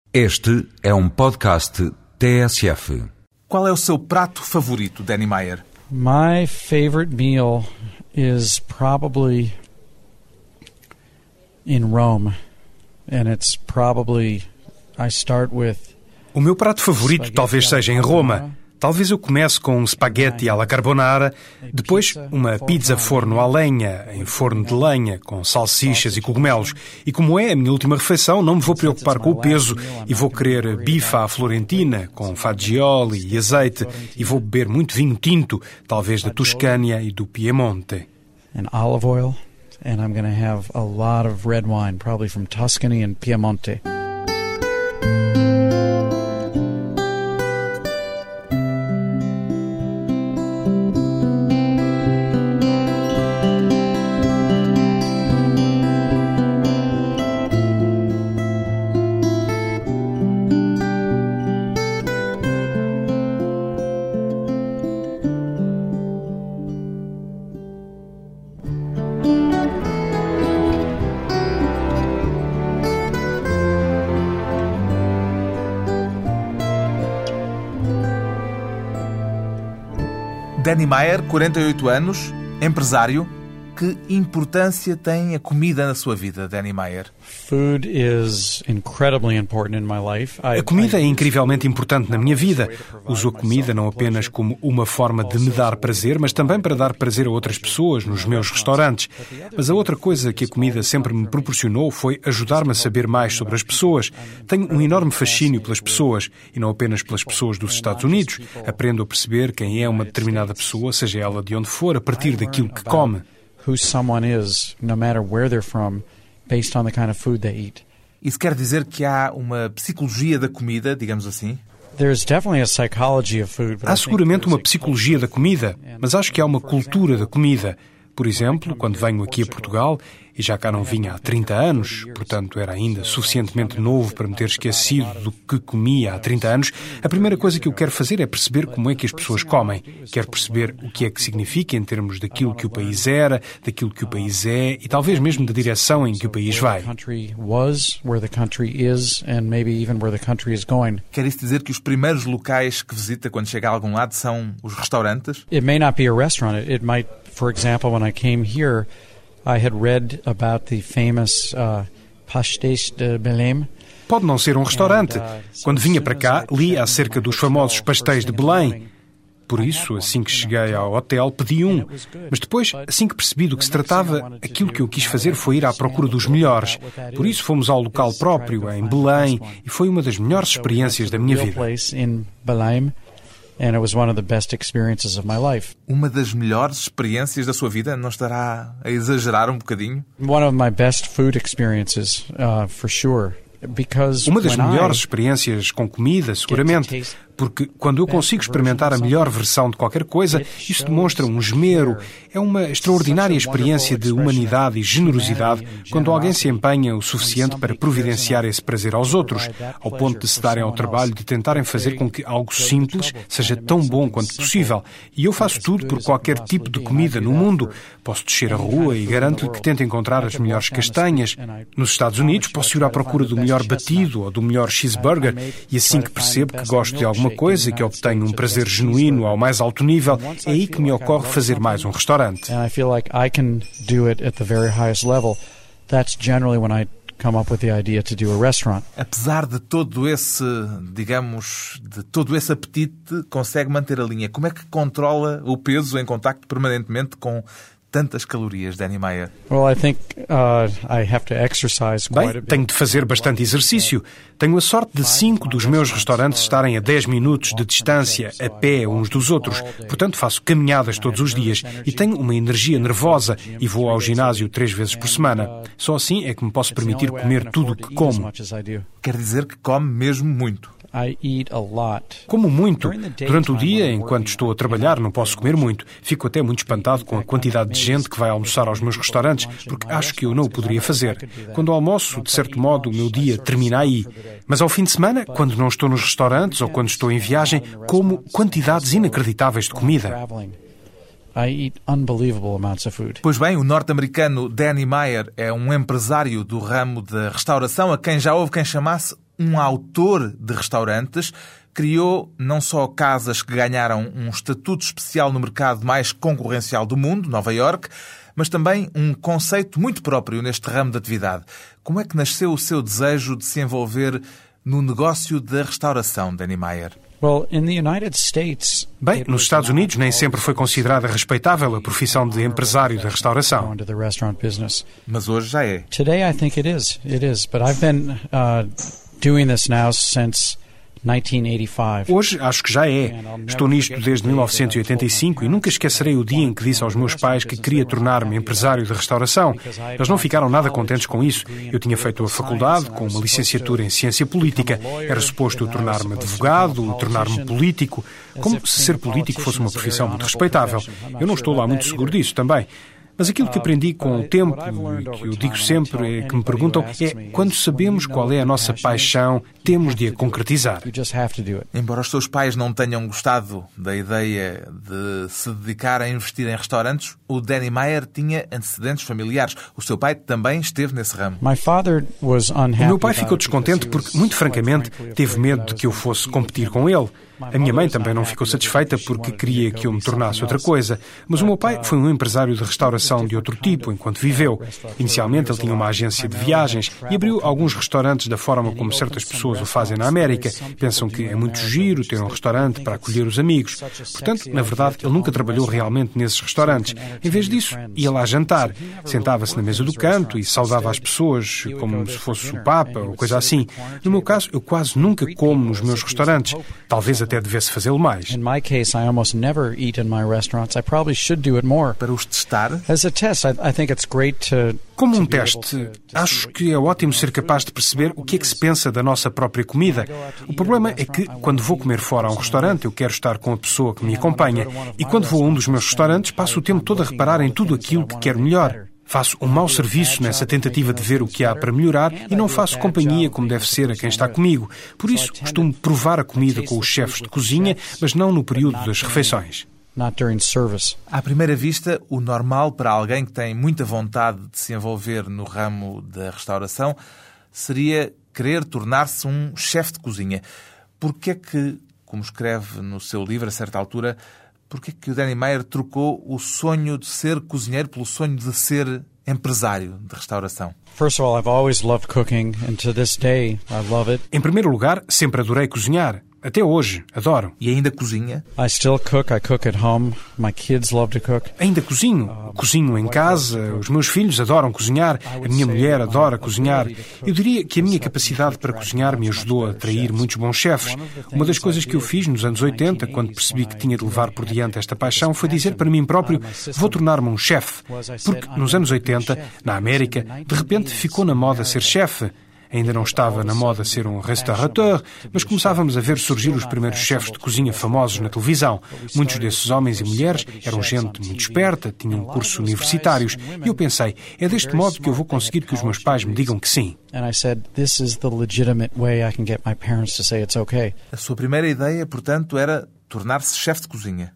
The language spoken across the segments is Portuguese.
Este é um podcast TSF. Qual é o seu prato favorito, Danny Meyer? My favorite meal is probably in Rome, and it's probably I start with. O meu prato favorito talvez seja em Roma. Talvez eu comece com um spaghetti alla carbonara, depois uma pizza forno à lenha, em forno de lenha, com salsichas e cogumelos. E como é a minha última refeição, não me vou preocupar com o peso e vou querer bife à florentina, com fagioli e azeite, e vou beber muito vinho tinto, talvez da Toscânia e do Piemonte. And olive oil, and I'm going to have a lot of red wine, probably from Tuscany and Piemonte. Danny Meyer, 48 anos, empresário. Que importância tem a comida na sua vida, Danny Meyer? Food is incredibly important in my life. A comida é incrivelmente importante na minha vida. Uso a comida não apenas como uma forma de me dar prazer, mas também para dar prazer a outras pessoas nos meus restaurantes. Mas a outra coisa que a comida sempre me proporcionou foi ajudar-me a saber mais sobre as pessoas. Tenho um enorme fascínio pelas pessoas, e não apenas pelas pessoas dos Estados Unidos. Aprendo a perceber quem é uma determinada pessoa, seja ela de onde for, a partir daquilo que come. Who someone is, no matter where they're from, based on the kind of food they eat. Isso quer dizer que há uma psicologia da comida, digamos assim? There's definitely a psychology of food. Há seguramente uma psicologia da comida, mas acho que há uma cultura da comida. Por exemplo, quando venho aqui a Portugal, e já cá não vinha há 30 anos, portanto era ainda suficientemente novo para me ter esquecido do que comia há 30 anos, a primeira coisa que eu quero fazer é perceber como é que as pessoas comem. Quero perceber o que é que significa em termos daquilo que o país era, daquilo que o país é e talvez mesmo da direção em que o país vai. Quer isso dizer que os primeiros locais que visita quando chega a algum lado são os restaurantes? It may not be a restaurant. It might, for example, when I came here, I had read about the famous pastéis de Belém. Pode não ser um restaurante. Quando vinha para cá, li acerca dos famosos pastéis de Belém. Por isso, assim que cheguei ao hotel, pedi um. Mas depois, assim que percebi do que se tratava, aquilo que eu quis fazer foi ir à procura dos melhores. Por isso fomos ao local próprio, em Belém, e foi uma das melhores experiências da minha vida. And it was one of the best experiences of my life. Uma das melhores experiências da sua vida? Não estará a exagerar um bocadinho? One of my best food experiences, for sure. Uma das melhores experiências com comida, seguramente, porque quando eu consigo experimentar a melhor versão de qualquer coisa, isso demonstra um esmero. É uma extraordinária experiência de humanidade e generosidade quando alguém se empenha o suficiente para providenciar esse prazer aos outros, ao ponto de se darem ao trabalho de tentarem fazer com que algo simples seja tão bom quanto possível. E eu faço tudo por qualquer tipo de comida no mundo. Posso descer a rua e garanto-lhe que tento encontrar as melhores castanhas. Nos Estados Unidos posso ir à procura do melhor batido ou do melhor cheeseburger e assim que percebo que gosto de alguma coisa e que obtenho um prazer genuíno ao mais alto nível, é aí que me ocorre fazer mais um restaurante. And I feel like I can do it at the very highest level. That's generally when I come up with the idea to do a restaurant. Apesar de todo esse, digamos, de todo esse apetite, consegue manter a linha. Como é que controla o peso em contacto permanentemente com tantas calorias, Danny Meyer? Well, I think I have to exercise quite a Bem, bit. tenho de fazer bastante exercício. Tenho a sorte de 5 dos meus restaurantes estarem a 10 minutos de distância, a pé uns dos outros. Portanto, faço caminhadas todos os dias e tenho uma energia nervosa e vou ao ginásio 3 vezes por semana. Só assim é que me posso permitir comer tudo o que como. Quer dizer que come mesmo muito. I eat a lot. Como muito. Durante o dia, enquanto estou a trabalhar, não posso comer muito. Fico até muito espantado com a quantidade de gente que vai almoçar aos meus restaurantes, porque acho que eu não o poderia fazer. Quando almoço, de certo modo, o meu dia termina aí. Mas ao fim de semana, quando não estou nos restaurantes ou quando estou em viagem, como quantidades inacreditáveis de comida. I eat unbelievable amounts of food. Pois bem, o norte-americano Danny Meyer é um empresário do ramo da restauração a quem já houve quem chamasse um autor de restaurantes. Criou não só casas que ganharam um estatuto especial no mercado mais concorrencial do mundo, Nova Iorque, mas também um conceito muito próprio neste ramo de atividade. Como é que nasceu o seu desejo de se envolver no negócio da restauração, Danny Meyer? Bem, nos Estados Unidos nem sempre foi considerada respeitável a profissão de empresário da restauração. Mas hoje já é. Today I think it is, but I've been doing this now since 1985. Hoje acho que já é. Estou nisto desde 1985 e nunca esquecerei o dia em que disse aos meus pais que queria tornar-me empresário de restauração. Eles não ficaram nada contentes com isso. Eu tinha feito a faculdade com uma licenciatura em ciência política. Era suposto eu tornar-me advogado, tornar-me político, como se ser político fosse uma profissão muito respeitável. Eu não estou lá muito seguro disso também. Mas aquilo que aprendi com o tempo, e que eu digo sempre, que me perguntam, é quando sabemos qual é a nossa paixão, temos de a concretizar. Embora os seus pais não tenham gostado da ideia de se dedicar a investir em restaurantes, o Danny Meyer tinha antecedentes familiares. O seu pai também esteve nesse ramo. O meu pai ficou descontente porque, muito francamente, teve medo de que eu fosse competir com ele. A minha mãe também não ficou satisfeita porque queria que eu me tornasse outra coisa. Mas o meu pai foi um empresário de restauração de outro tipo enquanto viveu. Inicialmente ele tinha uma agência de viagens e abriu alguns restaurantes da forma como certas pessoas o fazem na América. Pensam que é muito giro ter um restaurante para acolher os amigos. Portanto, na verdade, ele nunca trabalhou realmente nesses restaurantes. Em vez disso, ia lá jantar. Sentava-se na mesa do canto e saudava as pessoas como se fosse o Papa ou coisa assim. No meu caso, eu quase nunca como nos meus restaurantes. Talvez até devesse fazê-lo mais. In my case, I almost never eat in my restaurants. I probably should do it more. Para os testar? As a test, I think it's great to... Como um teste, acho que é ótimo ser capaz de perceber o que é que se pensa da nossa própria comida. O problema é que, quando vou comer fora a um restaurante, eu quero estar com a pessoa que me acompanha. E quando vou a um dos meus restaurantes, passo o tempo todo a reparar em tudo aquilo que quero melhor. Faço um mau serviço nessa tentativa de ver o que há para melhorar e não faço companhia como deve ser a quem está comigo. Por isso, costumo provar a comida com os chefes de cozinha, mas não no período das refeições. À primeira vista, o normal para alguém que tem muita vontade de se envolver no ramo da restauração seria querer tornar-se um chefe de cozinha. Porquê é que, como escreve no seu livro a certa altura, porquê é que o Danny Meyer trocou o sonho de ser cozinheiro pelo sonho de ser empresário de restauração? First of all, I've always loved cooking, and to this day, I love it. Em primeiro lugar, sempre adorei cozinhar. Até hoje, adoro. E ainda cozinha? I still cook. I cook at home. My kids love to cook. Ainda cozinho. Cozinho em casa. Os meus filhos adoram cozinhar. A minha mulher adora cozinhar. Eu diria que a minha capacidade para cozinhar me ajudou a atrair muitos bons chefes. Uma das coisas que eu fiz nos anos 80, quando percebi que tinha de levar por diante esta paixão, foi dizer para mim próprio: vou tornar-me um chefe. Porque nos anos 80, na América, de repente ficou na moda ser chefe. Ainda não estava na moda ser um restaurateur, mas começávamos a ver surgir os primeiros chefes de cozinha famosos na televisão. Muitos desses homens e mulheres eram gente muito esperta, tinham cursos universitários. E eu pensei, é deste modo que eu vou conseguir que os meus pais me digam que sim. A sua primeira ideia, portanto, era tornar-se chefe de cozinha.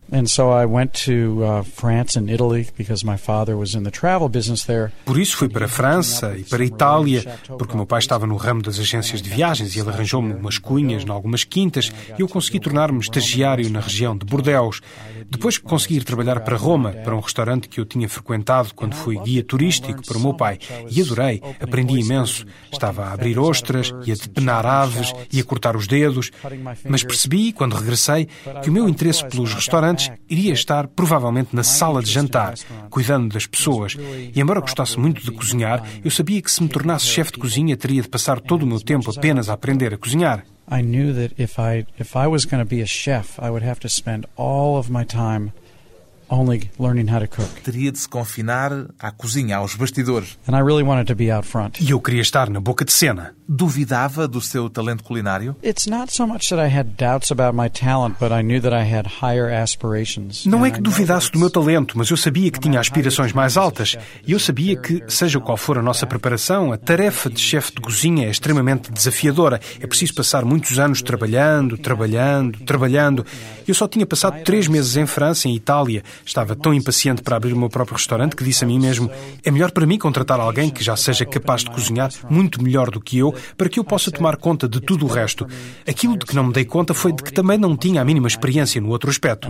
Por isso fui para a França e para a Itália, porque o meu pai estava no ramo das agências de viagens e ele arranjou-me umas cunhas em algumas quintas e eu consegui tornar-me estagiário na região de Bordeaux. Depois consegui ir trabalhar para Roma, para um restaurante que eu tinha frequentado quando fui guia turístico para o meu pai. E adorei, aprendi imenso. Estava a abrir ostras e a depenar aves e a cortar os dedos. Mas percebi, quando regressei, que o meu interesse pelos restaurantes iria estar provavelmente na sala de jantar, cuidando das pessoas. E embora gostasse muito de cozinhar, eu sabia que se me tornasse chefe de cozinha teria de passar todo o meu tempo apenas a aprender a cozinhar. I knew that if I was going to be a chef, I would have to spend all of my time only learning how to cook. Teria de se confinar à cozinha, aos bastidores. And I really wanted to be out front. E eu queria estar na boca de cena. Duvidava do seu talento culinário? It's not so much that I had doubts about my talent, but I knew that I had higher aspirations. Não é que duvidasse do meu talento, mas eu sabia que tinha aspirações mais altas. E eu sabia que, seja qual for a nossa preparação, a tarefa de chefe de cozinha é extremamente desafiadora. É preciso passar muitos anos trabalhando. Eu só tinha passado 3 meses em França, em Itália. Estava tão impaciente para abrir o meu próprio restaurante que disse a mim mesmo: é melhor para mim contratar alguém que já seja capaz de cozinhar muito melhor do que eu, para que eu possa tomar conta de tudo o resto. Aquilo de que não me dei conta foi de que também não tinha a mínima experiência no outro aspecto.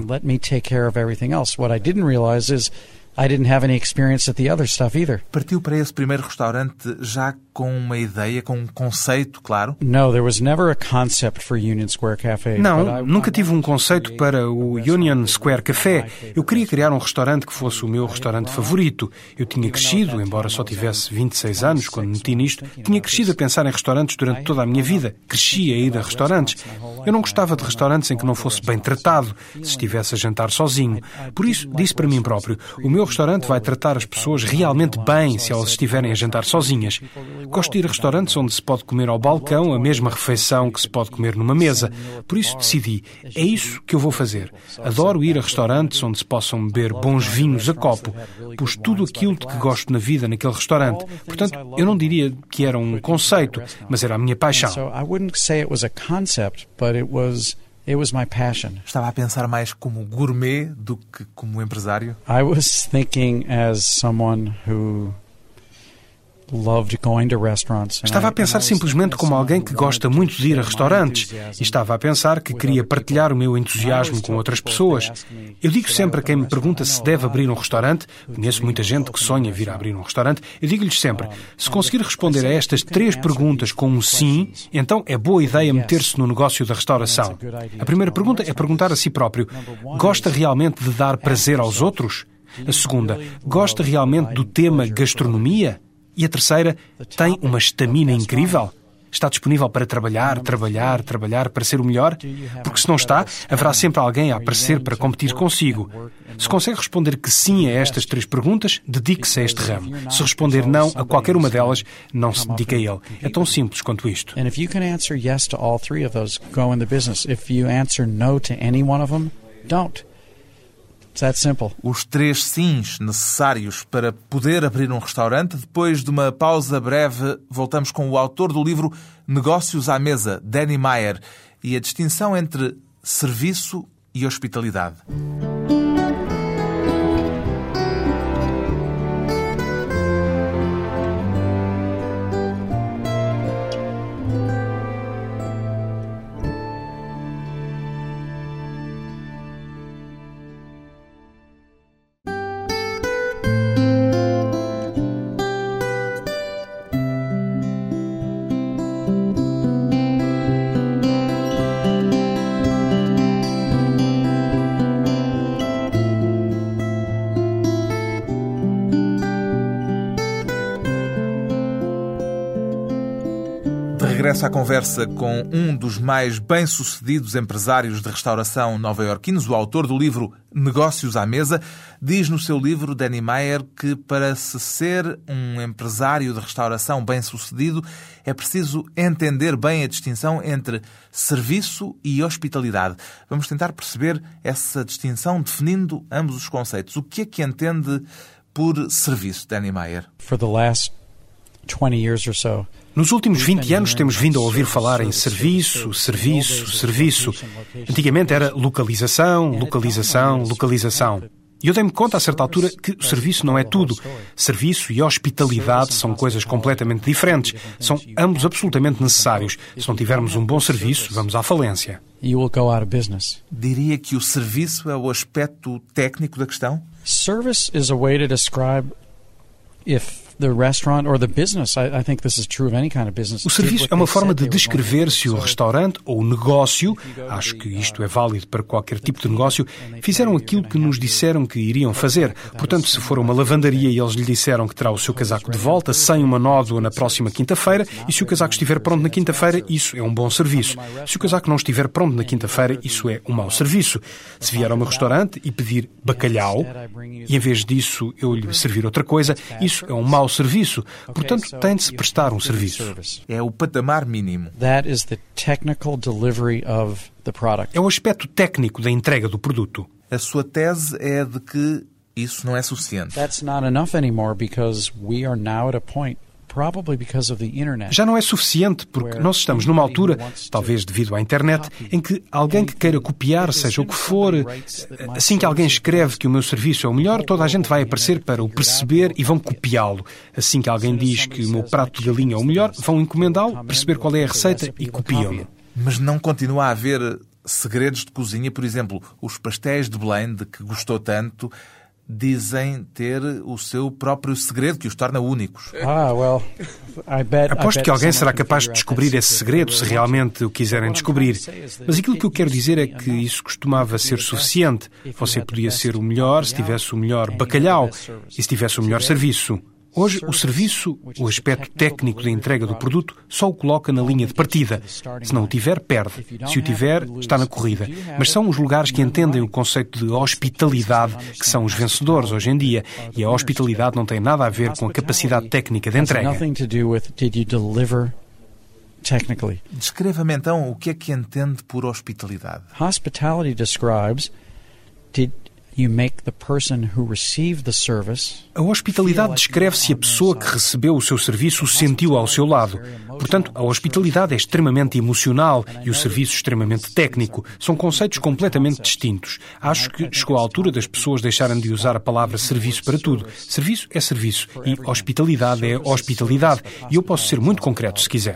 I didn't have any experience at the other stuff either. Partiu para esse primeiro restaurante já com uma ideia, com um conceito, claro? No, there was never a concept for Union Square Café. Não, nunca tive um conceito para o Union Square Café. Eu queria criar um restaurante que fosse o meu restaurante favorito. Eu tinha crescido, embora só tivesse 26 anos quando me meti nisto, tinha crescido a pensar em restaurantes durante toda a minha vida. Cresci a ir a restaurantes. Eu não gostava de restaurantes em que não fosse bem tratado, se estivesse a jantar sozinho. Por isso, disse para mim próprio: o meu restaurante vai tratar as pessoas realmente bem se elas estiverem a jantar sozinhas. Gosto de ir a restaurantes onde se pode comer ao balcão a mesma refeição que se pode comer numa mesa. Por isso decidi, é isso que eu vou fazer. Adoro ir a restaurantes onde se possam beber bons vinhos a copo. Pus tudo aquilo de que gosto na vida naquele restaurante. Portanto, eu não diria que era um conceito, mas era a minha paixão. It was my passion. Estava a pensar mais como gourmet do que como empresário? I was thinking as someone who loved going to restaurants. Estava a pensar simplesmente como alguém que gosta muito de ir a restaurantes e estava a pensar que queria partilhar o meu entusiasmo com outras pessoas. Eu digo sempre a quem me pergunta se deve abrir um restaurante, conheço muita gente que sonha vir a abrir um restaurante, eu digo-lhes sempre, se conseguir responder a estas 3 perguntas com um sim, então é boa ideia meter-se no negócio da restauração. A primeira pergunta é perguntar a si próprio, gosta realmente de dar prazer aos outros? A segunda, gosta realmente do tema gastronomia? E a terceira, tem uma estamina incrível? Está disponível para trabalhar para ser o melhor? Porque se não está, haverá sempre alguém a aparecer para competir consigo. Se consegue responder que sim a estas 3 perguntas, dedique-se a este ramo. Se responder não a qualquer uma delas, não se dedique a ele. É tão simples quanto isto. And if you can answer yes to all 3 of those, go in the business. If you answer no to any one of them, don't. It's that simple. Os 3 sims necessários para poder abrir um restaurante. Depois de uma pausa breve, voltamos com o autor do livro Negócios à Mesa, Danny Meyer, e a distinção entre serviço e hospitalidade. Regresso à conversa com um dos mais bem-sucedidos empresários de restauração nova-iorquinos, o autor do livro Negócios à Mesa. Diz no seu livro, Danny Meyer, que para se ser um empresário de restauração bem-sucedido é preciso entender bem a distinção entre serviço e hospitalidade. Vamos tentar perceber essa distinção definindo ambos os conceitos. O que é que entende por serviço, Danny Meyer? For the last 20 years or so, nos últimos 20 anos temos vindo a ouvir falar em serviço. Antigamente era localização. E eu dei-me conta, a certa altura, que o serviço não é tudo. Serviço e hospitalidade são coisas completamente diferentes. São ambos absolutamente necessários. Se não tivermos um bom serviço, vamos à falência. You will go out of business. Diria que o serviço é o aspecto técnico da questão? Service is a way to describe if the restaurant or the business, I think this is true of any kind of business. O serviço é uma forma de descrever se o restaurante ou o negócio, acho que isto é válido para qualquer tipo de negócio, fizeram aquilo que nos disseram que iriam fazer. Portanto, se for uma lavandaria e eles lhe disseram que terá o seu casaco de volta sem uma nódoa na próxima quinta-feira, e se o casaco estiver pronto na quinta-feira, isso é um bom serviço. Se o casaco não estiver pronto na quinta-feira, isso é um mau serviço. Se vier ao meu restaurante e pedir bacalhau, e em vez disso eu lhe servir outra coisa, isso é um mau serviço. Portanto, tem de se prestar um serviço. É o patamar mínimo. É o aspecto técnico da entrega do produto. A sua tese é de que isso não é suficiente. That's not enough anymore because we are now at a point Já não é suficiente porque nós estamos numa altura, talvez devido à internet, em que alguém que queira copiar, seja o que for, assim que alguém escreve que o meu serviço é o melhor, toda a gente vai aparecer para o perceber e vão copiá-lo. Assim que alguém diz que o meu prato de galinha é o melhor, vão encomendá-lo, perceber qual é a receita e copiam-no. Mas não continua a haver segredos de cozinha? Por exemplo, os pastéis de Belém, de que gostou tanto, dizem ter o seu próprio segredo que os torna únicos. Aposto que alguém será capaz de descobrir esse segredo se realmente o quiserem descobrir. Mas aquilo que eu quero dizer é que isso costumava ser suficiente. Você podia ser o melhor se tivesse o melhor bacalhau e se tivesse o melhor serviço. Hoje, o serviço, o aspecto técnico da entrega do produto, só o coloca na linha de partida. Se não o tiver, perde. Se o tiver, está na corrida. Mas são os lugares que entendem o conceito de hospitalidade que são os vencedores hoje em dia. E a hospitalidade não tem nada a ver com a capacidade técnica de entrega. Descreva-me então o que é que entende por hospitalidade. Hospitality describes you make the person who received the service. A hospitalidade descreve se a pessoa que recebeu o seu serviço o sentiu ao seu lado. Portanto, a hospitalidade é extremamente emocional e o serviço extremamente técnico. São conceitos completamente distintos. Acho que chegou à altura das pessoas deixarem de usar a palavra serviço para tudo. Serviço é serviço e hospitalidade é hospitalidade. E eu posso ser muito concreto se quiser.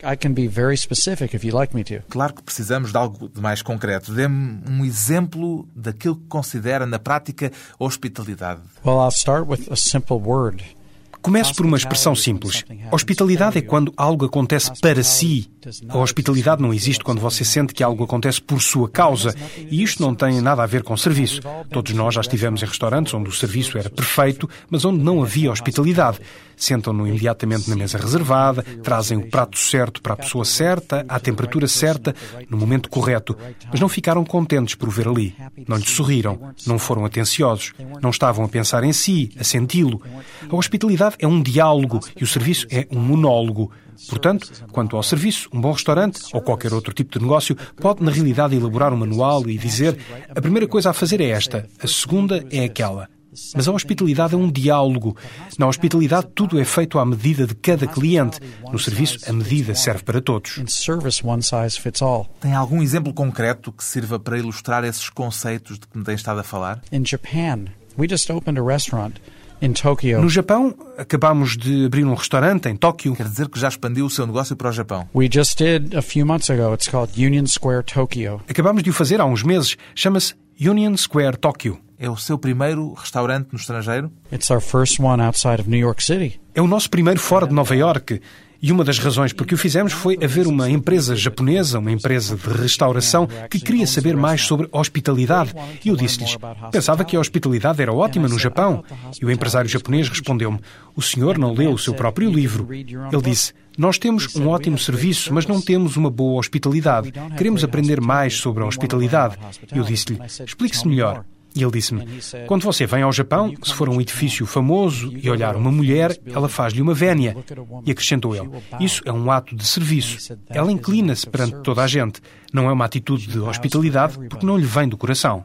Claro que precisamos de algo de mais concreto. Dê-me um exemplo daquilo que considera na prática hospitalidade. Well, I'll start with a simple word. Comece por uma expressão simples. Hospitalidade é quando algo acontece para si. A hospitalidade não existe quando você sente que algo acontece por sua causa. E isto não tem nada a ver com serviço. Todos nós já estivemos em restaurantes onde o serviço era perfeito, mas onde não havia hospitalidade. Sentam-no imediatamente na mesa reservada, trazem o prato certo para a pessoa certa, à temperatura certa, no momento correto. Mas não ficaram contentes por o ver ali. Não lhe sorriram, não foram atenciosos, não estavam a pensar em si, a senti-lo. A hospitalidade é um diálogo e o serviço é um monólogo. Portanto, quanto ao serviço, um bom restaurante ou qualquer outro tipo de negócio pode, na realidade, elaborar um manual e dizer: a primeira coisa a fazer é esta, a segunda é aquela. Mas a hospitalidade é um diálogo. Na hospitalidade, tudo é feito à medida de cada cliente. No serviço, a medida serve para todos. Tem algum exemplo concreto que sirva para ilustrar esses conceitos de que me tem estado a falar? In Japan, we just opened a restaurant in Tokyo. No Japão, acabamos de abrir um restaurante em Tóquio. Quer dizer que já expandiu o seu negócio para o Japão? We just did a few months ago. It's called Union Square Tokyo. Acabamos de o fazer há uns meses. Chama-se Union Square Tóquio. É o seu primeiro restaurante no estrangeiro? It's our first one outside of New York City. É o nosso primeiro fora de Nova Iorque. E uma das razões por que o fizemos foi haver uma empresa japonesa, uma empresa de restauração, que queria saber mais sobre hospitalidade. E eu disse-lhes, pensava que a hospitalidade era ótima no Japão. E o empresário japonês respondeu-me, o senhor não leu o seu próprio livro. Ele disse, nós temos um ótimo serviço, mas não temos uma boa hospitalidade. Queremos aprender mais sobre a hospitalidade. E eu disse-lhe, explique-se melhor. E ele disse-me, quando você vem ao Japão, se for um edifício famoso e olhar uma mulher, ela faz-lhe uma vénia. E acrescentou ele, isso é um ato de serviço. Ela inclina-se perante toda a gente. Não é uma atitude de hospitalidade porque não lhe vem do coração.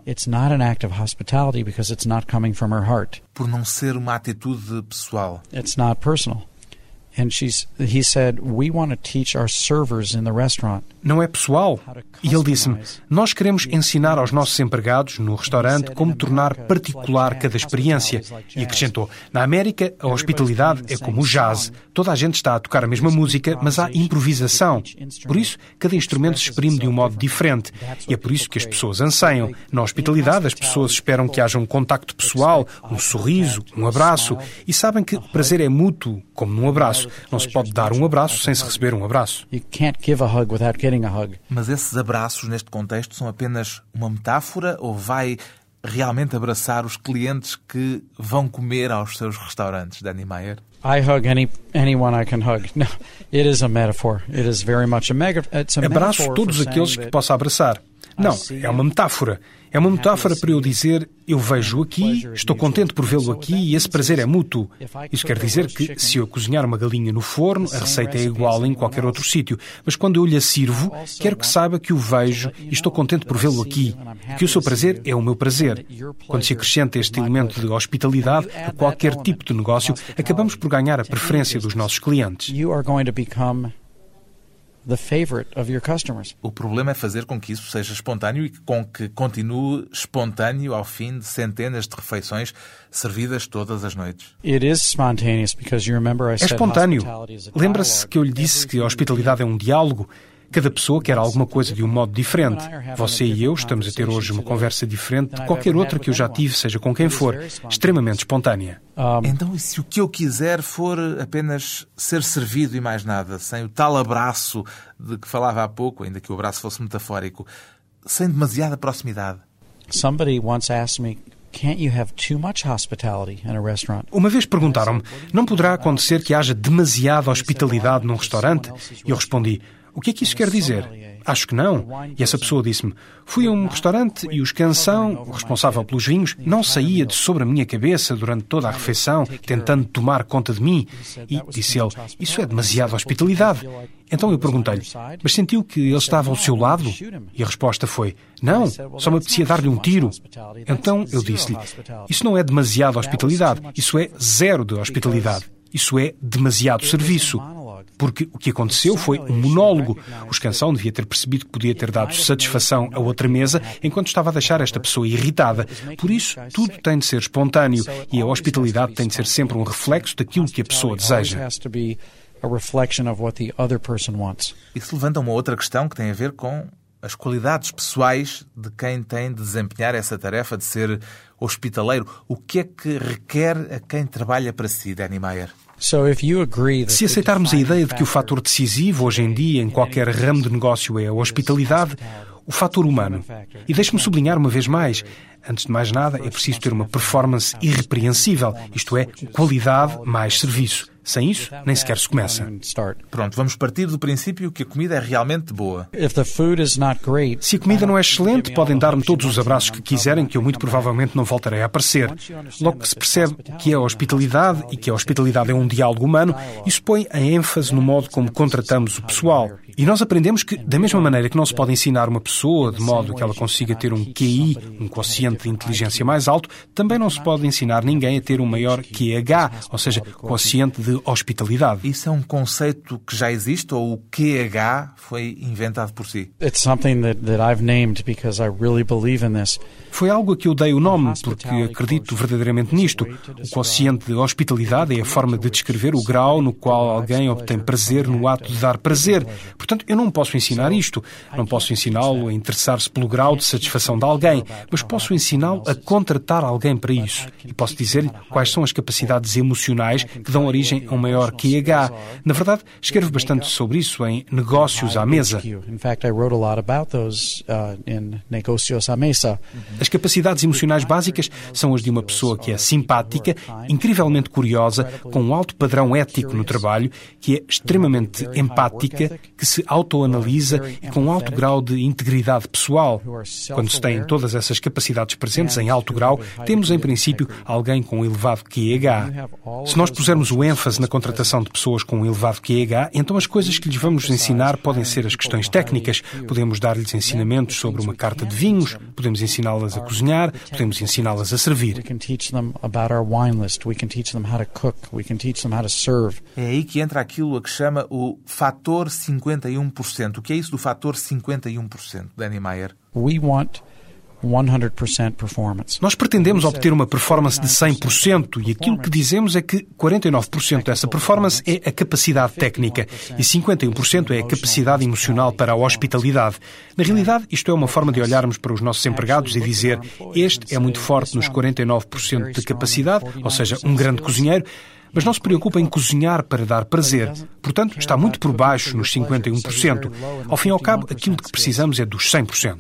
Por não ser uma atitude pessoal. It's not personal. And he said, we want to teach our servers in the restaurant. Não é pessoal. E ele disse-me, nós queremos ensinar aos nossos empregados no restaurante como tornar particular cada experiência. E acrescentou, na América, a hospitalidade é como o jazz. Toda a gente está a tocar a mesma música, mas há improvisação. Por isso, cada instrumento se exprime de um modo diferente. E é por isso que as pessoas anseiam. Na hospitalidade, as pessoas esperam que haja um contacto pessoal, um sorriso, um abraço. E sabem que o prazer é mútuo, como num abraço. Não se pode dar um abraço sem se receber um abraço. Mas esses abraços, neste contexto, são apenas uma metáfora ou vai realmente abraçar os clientes que vão comer aos seus restaurantes, Danny Meyer? I hug anyone I can hug. No, it is a metaphor. It is very much a metaphor. Abraço todos aqueles que possa abraçar. Não, é uma metáfora. É uma metáfora para eu dizer, eu vejo aqui, estou contente por vê-lo aqui e esse prazer é mútuo. Isso quer dizer que, se eu cozinhar uma galinha no forno, a receita é igual em qualquer outro sítio. Mas quando eu lhe a sirvo, quero que saiba que o vejo e estou contente por vê-lo aqui. Que o seu prazer é o meu prazer. Quando se acrescenta este elemento de hospitalidade a qualquer tipo de negócio, acabamos por ganhar a preferência dos nossos clientes. The favorite of your customers. O problema é fazer com que isso seja espontâneo e com que continue espontâneo ao fim de centenas de refeições servidas todas as noites. It is spontaneous because you remember I said é espontâneo. hospitality is a Lembra-se que eu lhe disse que a hospitalidade é um diálogo? Cada pessoa quer alguma coisa de um modo diferente. Você e eu estamos a ter hoje uma conversa diferente de qualquer outra que eu já tive, seja com quem for, extremamente espontânea. Então, e se o que eu quiser for apenas ser servido e mais nada, sem o tal abraço de que falava há pouco, ainda que o abraço fosse metafórico, sem demasiada proximidade? Somebody once asked me, can't you have too much hospitality in a restaurant? Uma vez perguntaram-me, não poderá acontecer que haja demasiada hospitalidade num restaurante? E eu respondi, o que é que isso quer dizer? Acho que não. E essa pessoa disse-me, fui a um restaurante e o escansão, o responsável pelos vinhos, não saía de sobre a minha cabeça durante toda a refeição, tentando tomar conta de mim. E, disse ele, isso é demasiada hospitalidade. Então eu perguntei-lhe, mas sentiu que ele estava ao seu lado? E a resposta foi, não, só me apetecia dar-lhe um tiro. Então eu disse-lhe, isso não é demasiada hospitalidade, isso é zero de hospitalidade. Isso é demasiado serviço. Porque o que aconteceu foi um monólogo. O escansão devia ter percebido que podia ter dado satisfação a outra mesa enquanto estava a deixar esta pessoa irritada. Por isso, tudo tem de ser espontâneo e a hospitalidade tem de ser sempre um reflexo daquilo que a pessoa deseja. Isso levanta uma outra questão que tem a ver com as qualidades pessoais de quem tem de desempenhar essa tarefa de ser hospitaleiro. O que é que requer a quem trabalha para si, Danny Meyer? Se aceitarmos a ideia de que o fator decisivo hoje em dia em qualquer ramo de negócio é a hospitalidade, o fator humano. E deixe-me sublinhar uma vez mais, antes de mais nada é preciso ter uma performance irrepreensível, isto é, qualidade mais serviço. Sem isso, nem sequer se começa. Pronto, vamos partir do princípio que a comida é realmente boa. Se a comida não é excelente, podem dar-me todos os abraços que quiserem, que eu muito provavelmente não voltarei a aparecer. Logo que se percebe o que é a hospitalidade e que a hospitalidade é um diálogo humano, isso põe a ênfase no modo como contratamos o pessoal. E nós aprendemos que, da mesma maneira que não se pode ensinar uma pessoa de modo que ela consiga ter um QI, um quociente de inteligência mais alto, também não se pode ensinar ninguém a ter um maior QH, ou seja, quociente de hospitalidade. Isso é um conceito que já existe ou o QH foi inventado por si? Foi algo a que eu dei o nome porque acredito verdadeiramente nisto. O quociente de hospitalidade é a forma de descrever o grau no qual alguém obtém prazer no ato de dar prazer. Portanto, eu não posso ensinar isto. Não posso ensiná-lo a interessar-se pelo grau de satisfação de alguém, mas posso ensiná-lo a contratar alguém para isso. E posso dizer-lhe quais são as capacidades emocionais que dão origem a um maior QH. Na verdade, escrevo bastante sobre isso em Negócios à Mesa. As capacidades emocionais básicas são as de uma pessoa que é simpática, incrivelmente curiosa, com um alto padrão ético no trabalho, que é extremamente empática, que se autoanalisa e com um alto grau de integridade pessoal. Quando se têm todas essas capacidades presentes em alto grau, temos em princípio alguém com um elevado QH. Se nós pusermos o ênfase na contratação de pessoas com um elevado QH, então as coisas que lhes vamos ensinar podem ser as questões técnicas. Podemos dar-lhes ensinamentos sobre uma carta de vinhos, podemos ensiná-las a cozinhar, podemos ensiná-las a servir. É aí que entra aquilo a que chama o fator 51%. O que é isso do fator 51%, Danny Meyer? Nós pretendemos obter uma performance de 100% e aquilo que dizemos é que 49% dessa performance é a capacidade técnica e 51% é a capacidade emocional para a hospitalidade. Na realidade, isto é uma forma de olharmos para os nossos empregados e dizer este é muito forte nos 49% de capacidade, ou seja, um grande cozinheiro, mas não se preocupa em cozinhar para dar prazer. Portanto, está muito por baixo nos 51%. Ao fim e ao cabo, aquilo de que precisamos é dos 100%.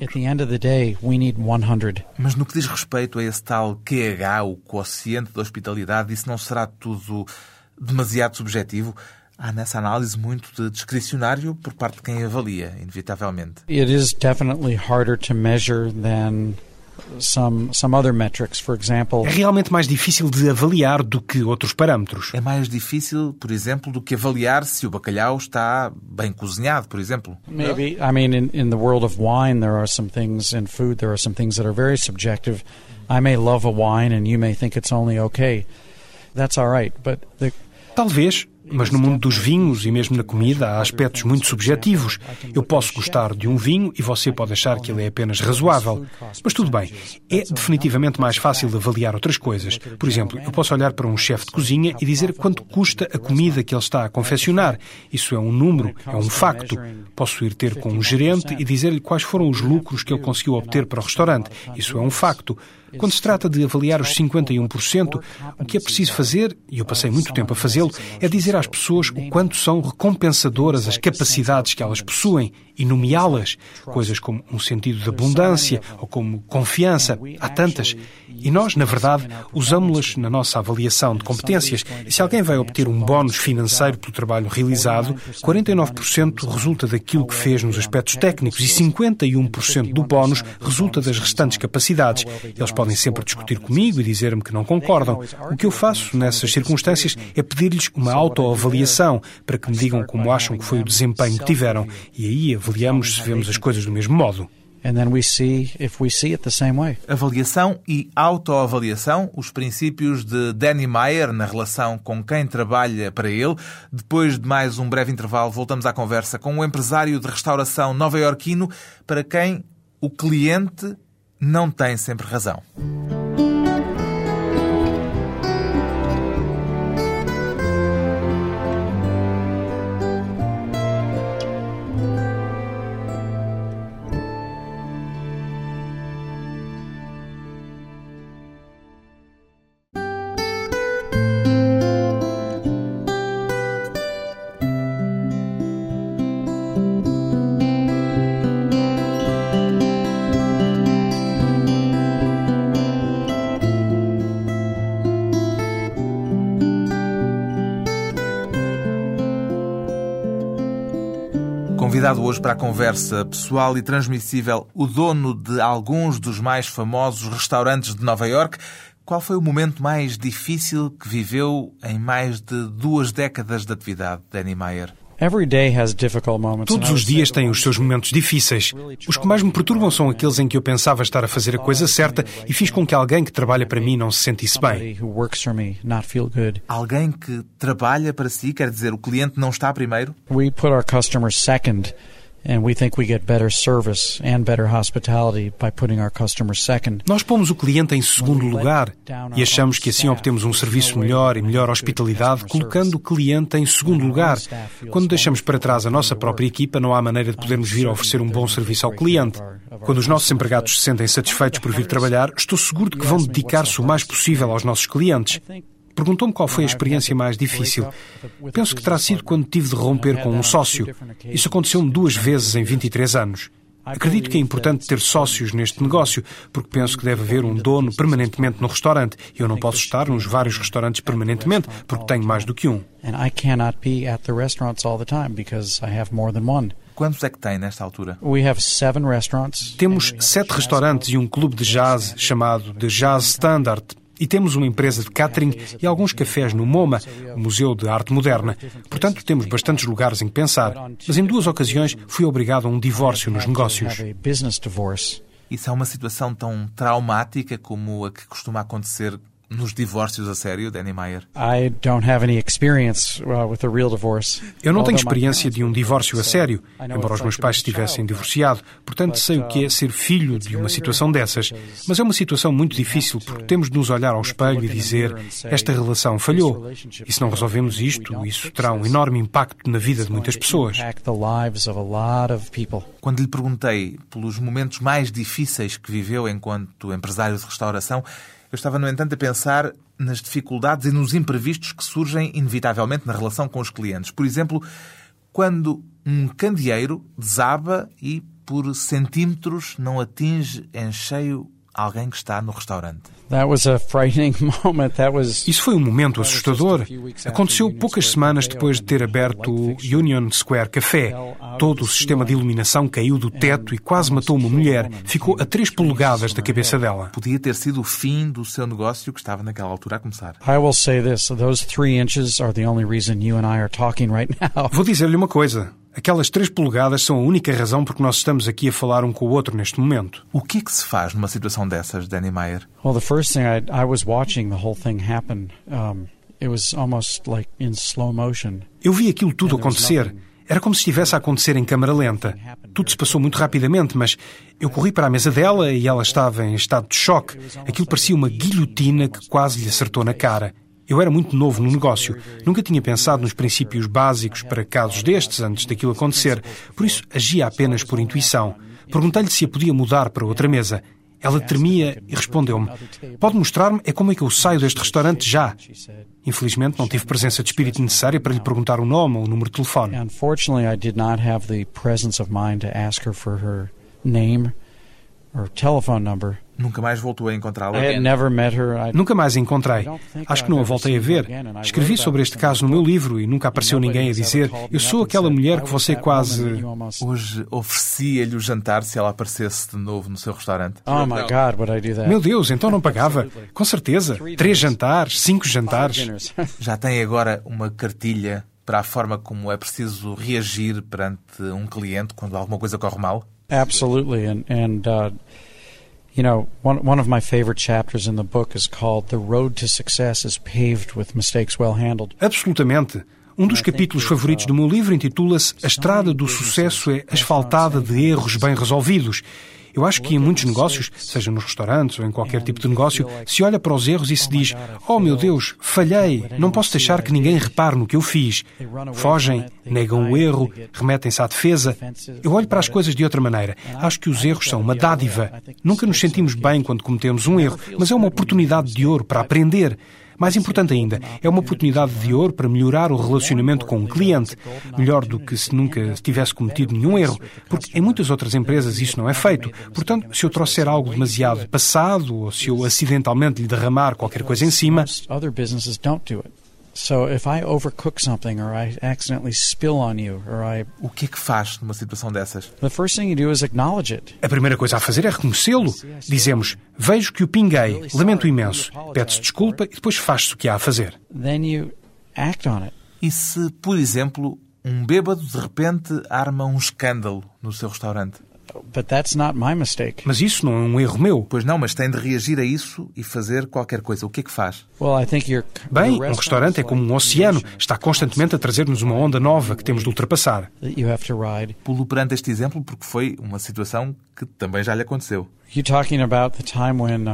Mas no que diz respeito a esse tal QH, o quociente de hospitalidade, isso não será tudo demasiado subjetivo? Há nessa análise muito de discricionário por parte de quem avalia, inevitavelmente. It is definitely harder to measure than some other metrics, for example. É realmente mais difícil de avaliar do que outros parâmetros. É mais difícil, por exemplo, do que avaliar se o bacalhau está bem cozinhado, por exemplo. Maybe, I mean, in the world of wine, there are some things in food, there are some things that are very subjective. I may love a wine and you may think it's only okay. That's all right, but Talvez, mas no mundo dos vinhos e mesmo na comida há aspectos muito subjetivos. Eu posso gostar de um vinho e você pode achar que ele é apenas razoável. Mas tudo bem, é definitivamente mais fácil avaliar outras coisas. Por exemplo, eu posso olhar para um chefe de cozinha e dizer quanto custa a comida que ele está a confeccionar. Isso é um número, é um facto. Posso ir ter com um gerente e dizer-lhe quais foram os lucros que ele conseguiu obter para o restaurante. Isso é um facto. Quando se trata de avaliar os 51%, o que é preciso fazer, e eu passei muito tempo a fazê-lo, é dizer às pessoas o quanto são recompensadoras as capacidades que elas possuem e nomeá-las. Coisas como um sentido de abundância ou como confiança. Há tantas. E nós, na verdade, usámos-las na nossa avaliação de competências. E se alguém vai obter um bónus financeiro pelo trabalho realizado, 49% resulta daquilo que fez nos aspectos técnicos e 51% do bónus resulta das restantes capacidades. Eles podem sempre discutir comigo e dizer-me que não concordam. O que eu faço nessas circunstâncias é pedir-lhes uma autoavaliação para que me digam como acham que foi o desempenho que tiveram. E aí avaliamos se vemos as coisas do mesmo modo. And then we see if we see it the same way. Avaliação e autoavaliação, os princípios de Danny Meyer na relação com quem trabalha para ele. Depois de mais um breve intervalo, voltamos à conversa com um empresário de restauração nova-iorquino para quem o cliente não tem sempre razão. Convidado hoje para a conversa pessoal e transmissível, o dono de alguns dos mais famosos restaurantes de Nova Iorque. Qual foi o momento mais difícil que viveu em mais de 2 décadas de atividade, Danny Meyer? Todos os dias têm os seus momentos difíceis. Os que mais me perturbam são aqueles em que eu pensava estar a fazer a coisa certa e fiz com que alguém que trabalha para mim não se sentisse bem. Alguém que trabalha para si, quer dizer, o cliente não está primeiro? We put our customers second. And we think we get better service and better hospitality by putting our customers second. Nós pomos o cliente em segundo lugar e achamos que assim obtemos um serviço melhor e melhor hospitalidade colocando o cliente em segundo lugar. Quando deixamos para trás a nossa própria equipa, não há maneira de podermos vir a oferecer um bom serviço ao cliente. Quando os nossos empregados se sentem satisfeitos por vir trabalhar, estou seguro de que vão dedicar-se o mais possível aos nossos clientes. Perguntou-me qual foi a experiência mais difícil. Penso que terá sido quando tive de romper com um sócio. Isso aconteceu-me 2 vezes em 23 anos. Acredito que é importante ter sócios neste negócio, porque penso que deve haver um dono permanentemente no restaurante. Eu não posso estar nos vários restaurantes permanentemente, porque tenho mais do que um. Quantos é que tem nesta altura? Temos 7 restaurantes e um clube de jazz chamado The Jazz Standard. E temos uma empresa de catering e alguns cafés no MoMA, o Museu de Arte Moderna. Portanto, temos bastantes lugares em que pensar. Mas em 2 ocasiões fui obrigado a um divórcio nos negócios. Isso é uma situação tão traumática como a que costuma acontecer nos divórcios a sério, Danny Meyer? Eu não tenho experiência de um divórcio a sério, embora os meus pais se tivessem divorciado. Portanto, sei o que é ser filho de uma situação dessas. Mas é uma situação muito difícil, porque temos de nos olhar ao espelho e dizer esta relação falhou. E se não resolvemos isto, isso terá um enorme impacto na vida de muitas pessoas. Quando lhe perguntei pelos momentos mais difíceis que viveu enquanto empresário de restauração, eu estava, no entanto, a pensar nas dificuldades e nos imprevistos que surgem inevitavelmente na relação com os clientes. Por exemplo, quando um candeeiro desaba e, por centímetros, não atinge em cheio alguém que está no restaurante. Isso foi um momento assustador. Aconteceu poucas semanas depois de ter aberto o Union Square Café. Todo o sistema de iluminação caiu do teto e quase matou uma mulher. Ficou a 3 polegadas da cabeça dela. Podia ter sido o fim do seu negócio que estava naquela altura a começar. Vou dizer-lhe uma coisa. Aquelas 3 polegadas são a única razão por que nós estamos aqui a falar um com o outro neste momento. O que é que se faz numa situação dessas, Danny Meyer? Well, the first thing I was watching the whole thing happen. It was almost like in slow motion. Eu vi aquilo tudo acontecer. Era como se estivesse a acontecer em câmara lenta. Tudo se passou muito rapidamente, mas eu corri para a mesa dela e ela estava em estado de choque. Aquilo parecia uma guilhotina que quase lhe acertou na cara. Eu era muito novo no negócio. Nunca tinha pensado nos princípios básicos para casos destes antes daquilo acontecer. Por isso, agia apenas por intuição. Perguntei-lhe se a podia mudar para outra mesa. Ela tremia e respondeu-me: "Pode mostrar-me como é que eu saio deste restaurante já?" Infelizmente, não tive presença de espírito necessária para lhe perguntar o nome ou o número de telefone. Unfortunately, I did not have the presence of mind to ask her for her name or telephone number. Nunca mais voltou a encontrá-la? Nunca mais a encontrei. Acho que não a voltei a ver. Escrevi sobre este caso no meu livro e nunca apareceu ninguém a dizer: "Eu sou aquela mulher que você quase..." Hoje oferecia-lhe o jantar se ela aparecesse de novo no seu restaurante? Oh my God, would I do that? Meu Deus, então não pagava? Com certeza. 3 jantares, 5 jantares. Já tem agora uma cartilha para a forma como é preciso reagir perante um cliente quando alguma coisa corre mal? Absolutely, you know, one of my favorite chapters in the book is called "The Road to Success is Paved with Mistakes Well Handled." Absolutamente. Um dos capítulos favoritos do meu livro intitula-se "A Estrada do Sucesso é asfaltada de erros bem resolvidos." Eu acho que em muitos negócios, seja nos restaurantes ou em qualquer tipo de negócio, se olha para os erros e se diz: "Oh meu Deus, falhei, não posso deixar que ninguém repare no que eu fiz." Fogem, negam o erro, remetem-se à defesa. Eu olho para as coisas de outra maneira. Acho que os erros são uma dádiva. Nunca nos sentimos bem quando cometemos um erro, mas é uma oportunidade de ouro para aprender. Mais importante ainda, é uma oportunidade de ouro para melhorar o relacionamento com um cliente. Melhor do que se nunca tivesse cometido nenhum erro, porque em muitas outras empresas isso não é feito. Portanto, se eu trouxer algo demasiado passado ou se eu acidentalmente lhe derramar qualquer coisa em cima... So if I overcook something or I accidentally spill on you or O que é que faz numa situação dessas? The first thing you do is acknowledge it. A primeira coisa a fazer é reconhecê-lo. Dizemos: "Vejo que o pinguei, lamento imenso." Pede-se desculpa e depois faz-se o que há a fazer. Then you act on it. E se, por exemplo, um bêbado de repente arma um escândalo no seu restaurante? But that's not my mistake. Mas isso não é um erro meu. Pois não, mas tem de reagir a isso e fazer qualquer coisa. O que é que faz? Bem, um restaurante é como um oceano. Está constantemente a trazer-nos uma onda nova que temos de ultrapassar. Pulo perante este exemplo porque foi uma situação que também já lhe aconteceu. You talking about the time when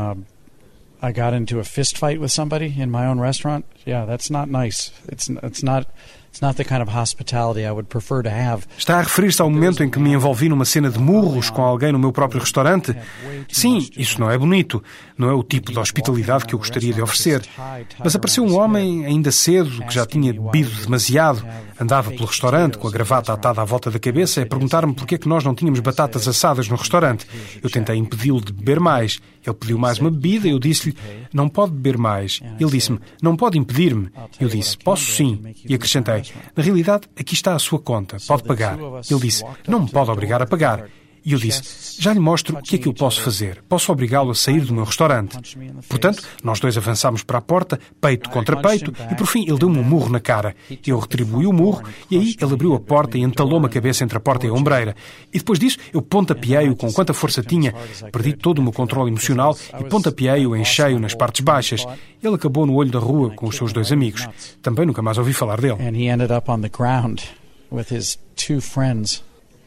I got into a fist fight with somebody in my own restaurant? Yeah, that's not nice. It's not the kind of hospitality I would prefer to have. Está a referir-se ao momento em que me envolvi numa cena de murros com alguém no meu próprio restaurante? Sim, isso não é bonito. Não é o tipo de hospitalidade que eu gostaria de oferecer. Mas apareceu um homem ainda cedo que já tinha bebido demasiado. Andava pelo restaurante com a gravata atada à volta da cabeça a perguntar-me porque é que nós não tínhamos batatas assadas no restaurante. Eu tentei impedi-lo de beber mais. Ele pediu mais uma bebida e eu disse-lhe: "Não pode beber mais." Ele disse-me: "Não pode impedir-me." Eu disse: "Posso sim." E acrescentei: "Na realidade, aqui está a sua conta. Pode pagar." Ele disse: "Não me pode obrigar a pagar." E eu disse: "Já lhe mostro o que é que eu posso fazer. Posso obrigá-lo a sair do meu restaurante." Portanto, nós dois avançámos para a porta, peito contra peito, e por fim ele deu-me um murro na cara. Eu retribuí o murro, e aí ele abriu a porta e entalou-me a cabeça entre a porta e a ombreira. E depois disso, eu pontapeei-o com quanta força tinha. Perdi todo o meu controle emocional e pontapeei-o em cheio nas partes baixas. Ele acabou no olho da rua com os seus 2 amigos. Também nunca mais ouvi falar dele. And he ended up on the ground with his 2 friends.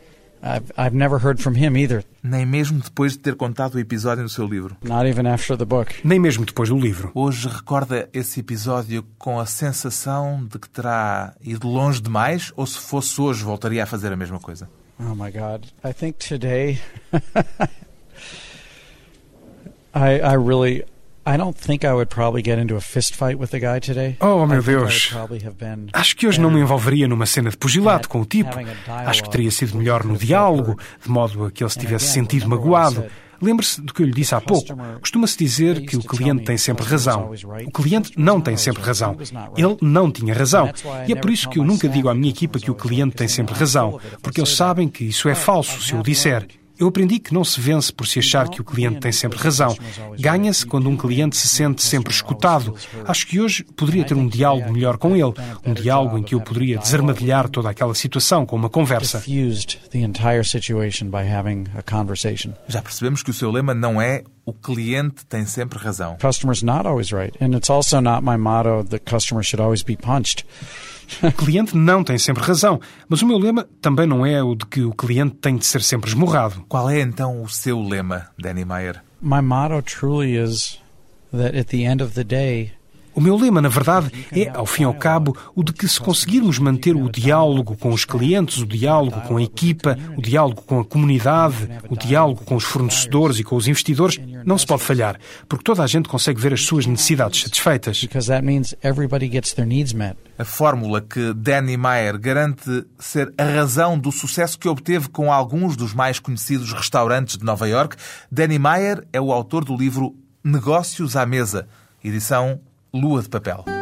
I've never heard from him either. Nem mesmo depois de ter contado o episódio no seu livro. Not even after the book. Nem mesmo depois do livro. Hoje recorda esse episódio com a sensação de que terá ido longe demais, ou se fosse hoje voltaria a fazer a mesma coisa? Oh my God. I think today I don't think I would probably get into a fist fight with the guy today. Oh, meu Deus. Acho que hoje não me envolveria numa cena de pugilato com o tipo. Acho que teria sido melhor no diálogo, de modo a que ele se tivesse sentido magoado. Lembre-se do que eu lhe disse há pouco. Costuma-se dizer que o cliente tem sempre razão. O cliente não tem sempre razão. Ele não tinha razão. E é por isso que eu nunca digo à minha equipa que o cliente tem sempre razão, porque eles sabem que isso é falso se eu o disser. Eu aprendi que não se vence por se achar que o cliente tem sempre razão. Ganha-se quando um cliente se sente sempre escutado. Acho que hoje poderia ter um diálogo melhor com ele. Um diálogo em que eu poderia desarmadilhar toda aquela situação com uma conversa. Já percebemos que o seu lema não é "o cliente tem sempre razão". Customer's not always right. And it's also not my motto that customers should always be punched. O cliente não tem sempre razão, mas o meu lema também não é o de que o cliente tem de ser sempre esmurrado. Qual é então o seu lema, Danny Meyer? My motto truly is that at the end of the day, o meu lema, na verdade, é, ao fim e ao cabo, o de que se conseguirmos manter o diálogo com os clientes, o diálogo com a equipa, o diálogo com a comunidade, o diálogo com os fornecedores e com os investidores, não se pode falhar, porque toda a gente consegue ver as suas necessidades satisfeitas. A fórmula que Danny Meyer garante ser a razão do sucesso que obteve com alguns dos mais conhecidos restaurantes de Nova Iorque. Danny Meyer é o autor do livro Negócios à Mesa, edição Lua de Papel.